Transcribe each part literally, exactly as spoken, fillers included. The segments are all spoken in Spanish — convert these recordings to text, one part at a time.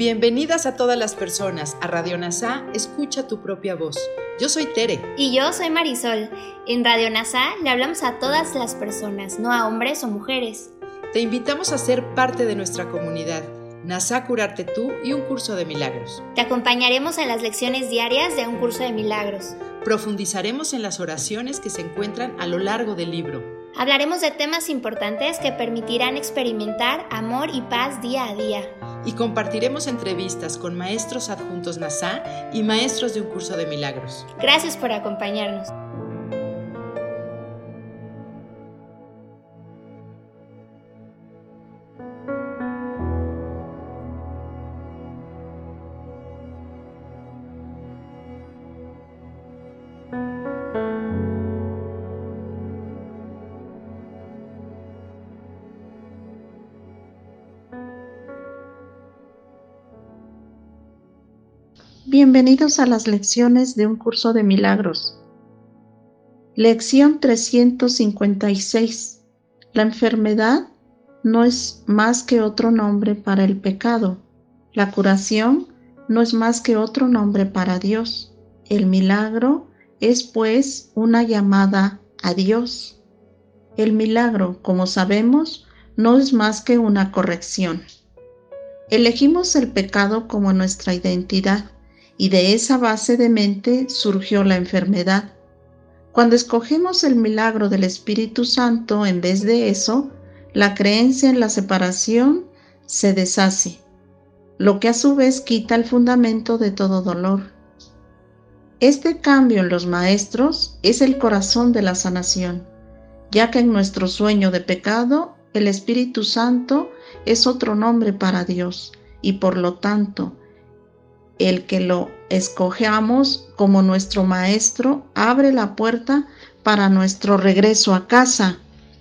Bienvenidas a todas las personas a Radio Nasá, escucha tu propia voz. Yo soy Tere. Y yo soy Marisol. En Radio Nasá le hablamos a todas las personas, no a hombres o mujeres. Te invitamos a ser parte de nuestra comunidad, Nasá Curarte Tú y un curso de milagros. Te acompañaremos en las lecciones diarias de un curso de milagros. Profundizaremos en las oraciones que se encuentran a lo largo del libro. Hablaremos de temas importantes que permitirán experimentar amor y paz día a día. Y compartiremos entrevistas con maestros adjuntos Nasá y maestros de un curso de milagros. Gracias por acompañarnos. Bienvenidos a las lecciones de un curso de milagros. Lección trescientos cincuenta y seis. La enfermedad no es más que otro nombre para el pecado. La curación no es más que otro nombre para Dios. El milagro es pues una llamada a Dios. El milagro, como sabemos, no es más que una corrección. Elegimos el pecado como nuestra identidad. Y de esa base de mente surgió la enfermedad. Cuando escogemos el milagro del Espíritu Santo en vez de eso, la creencia en la separación se deshace, lo que a su vez quita el fundamento de todo dolor. Este cambio en los maestros es el corazón de la sanación, ya que en nuestro sueño de pecado, el Espíritu Santo es otro nombre para Dios y por lo tanto, el que lo escojamos como nuestro maestro abre la puerta para nuestro regreso a casa.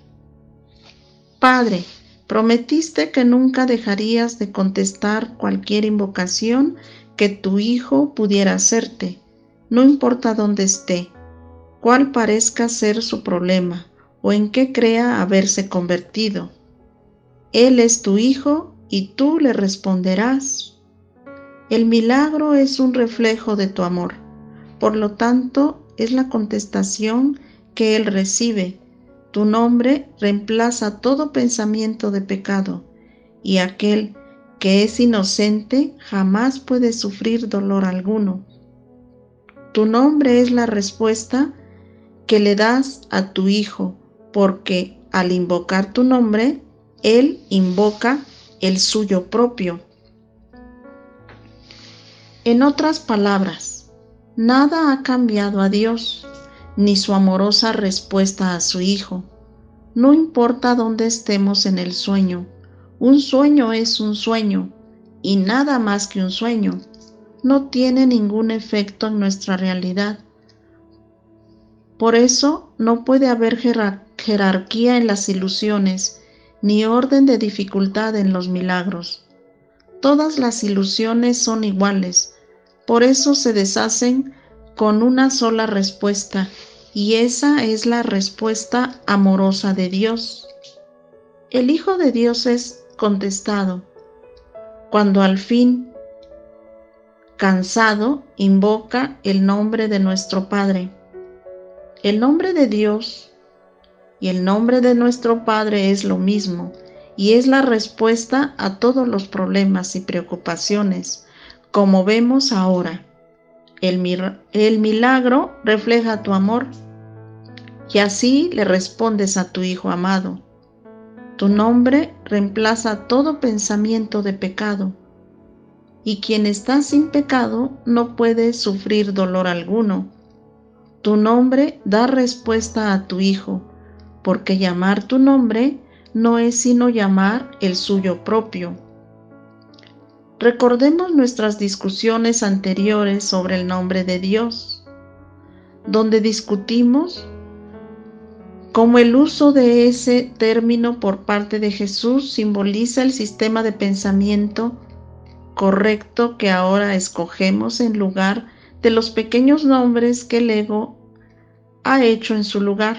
Padre, prometiste que nunca dejarías de contestar cualquier invocación que tu hijo pudiera hacerte, no importa dónde esté, cuál parezca ser su problema o en qué crea haberse convertido. Él es tu hijo y tú le responderás. El milagro es un reflejo de tu amor, por lo tanto es la contestación que Él recibe. Tu nombre reemplaza todo pensamiento de pecado y aquel que es inocente jamás puede sufrir dolor alguno. Tu nombre es la respuesta que le das a tu Hijo, porque al invocar tu nombre, Él invoca el suyo propio. En otras palabras, nada ha cambiado a Dios, ni su amorosa respuesta a su Hijo. No importa dónde estemos en el sueño, un sueño es un sueño, y nada más que un sueño. No tiene ningún efecto en nuestra realidad. Por eso no puede haber jerar- jerarquía en las ilusiones, ni orden de dificultad en los milagros. Todas las ilusiones son iguales, por eso se deshacen con una sola respuesta, y esa es la respuesta amorosa de Dios. El Hijo de Dios es contestado, cuando al fin, cansado, invoca el nombre de nuestro Padre. El nombre de Dios y el nombre de nuestro Padre es lo mismo, y es la respuesta a todos los problemas y preocupaciones, como vemos ahora. El, mir- el milagro refleja tu amor, y así le respondes a tu Hijo amado. Tu nombre reemplaza todo pensamiento de pecado, y quien está sin pecado no puede sufrir dolor alguno. Tu nombre da respuesta a tu Hijo, porque llamar tu nombre no es sino llamar el suyo propio. Recordemos nuestras discusiones anteriores sobre el nombre de Dios, donde discutimos cómo el uso de ese término por parte de Jesús simboliza el sistema de pensamiento correcto que ahora escogemos en lugar de los pequeños nombres que el ego ha hecho en su lugar: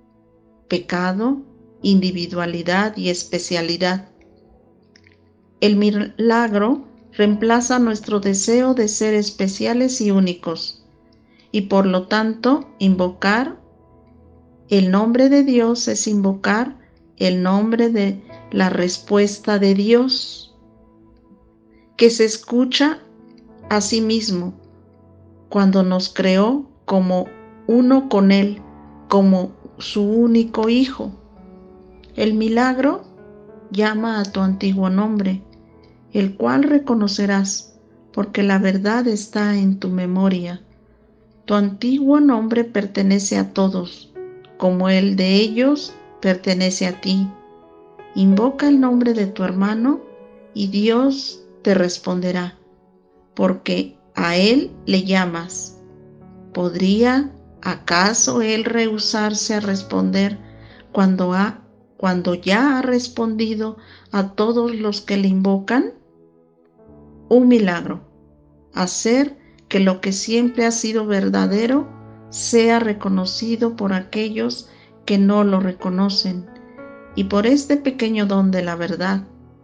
pecado, individualidad y especialidad. El milagro reemplaza nuestro deseo de ser especiales y únicos, y por lo tanto invocar el nombre de Dios es invocar el nombre de la respuesta de Dios, que se escucha a sí mismo cuando nos creó como uno con Él, como su único Hijo. El milagro llama a tu antiguo nombre, el cual reconocerás, porque la verdad está en tu memoria. Tu antiguo nombre pertenece a todos, como el de ellos pertenece a ti. Invoca el nombre de tu hermano y Dios te responderá, porque a Él le llamas. ¿Podría acaso Él rehusarse a responder cuando, ha, cuando ya ha respondido a todos los que le invocan? Un milagro, hacer que lo que siempre ha sido verdadero sea reconocido por aquellos que no lo reconocen, y por este pequeño don de la verdad,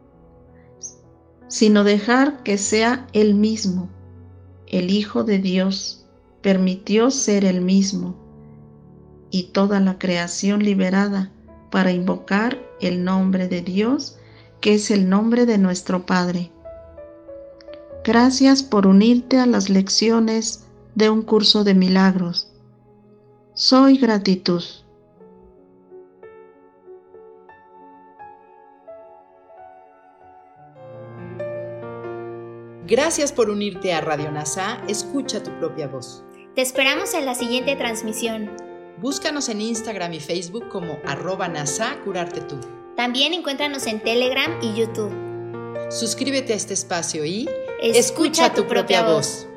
sino dejar que sea Él mismo, el Hijo de Dios, permitió ser Él mismo, y toda la creación liberada para invocar el nombre de Dios, que es el nombre de nuestro Padre. Gracias por unirte a las lecciones de un curso de milagros. Soy gratitud. Gracias por unirte a Radio NASA. Escucha tu propia voz. Te esperamos en la siguiente transmisión. Búscanos en Instagram y Facebook como arroba NASA Curarte Tú. También encuéntranos en Telegram y YouTube. Suscríbete a este espacio y escucha, escucha tu, tu propia voz. voz.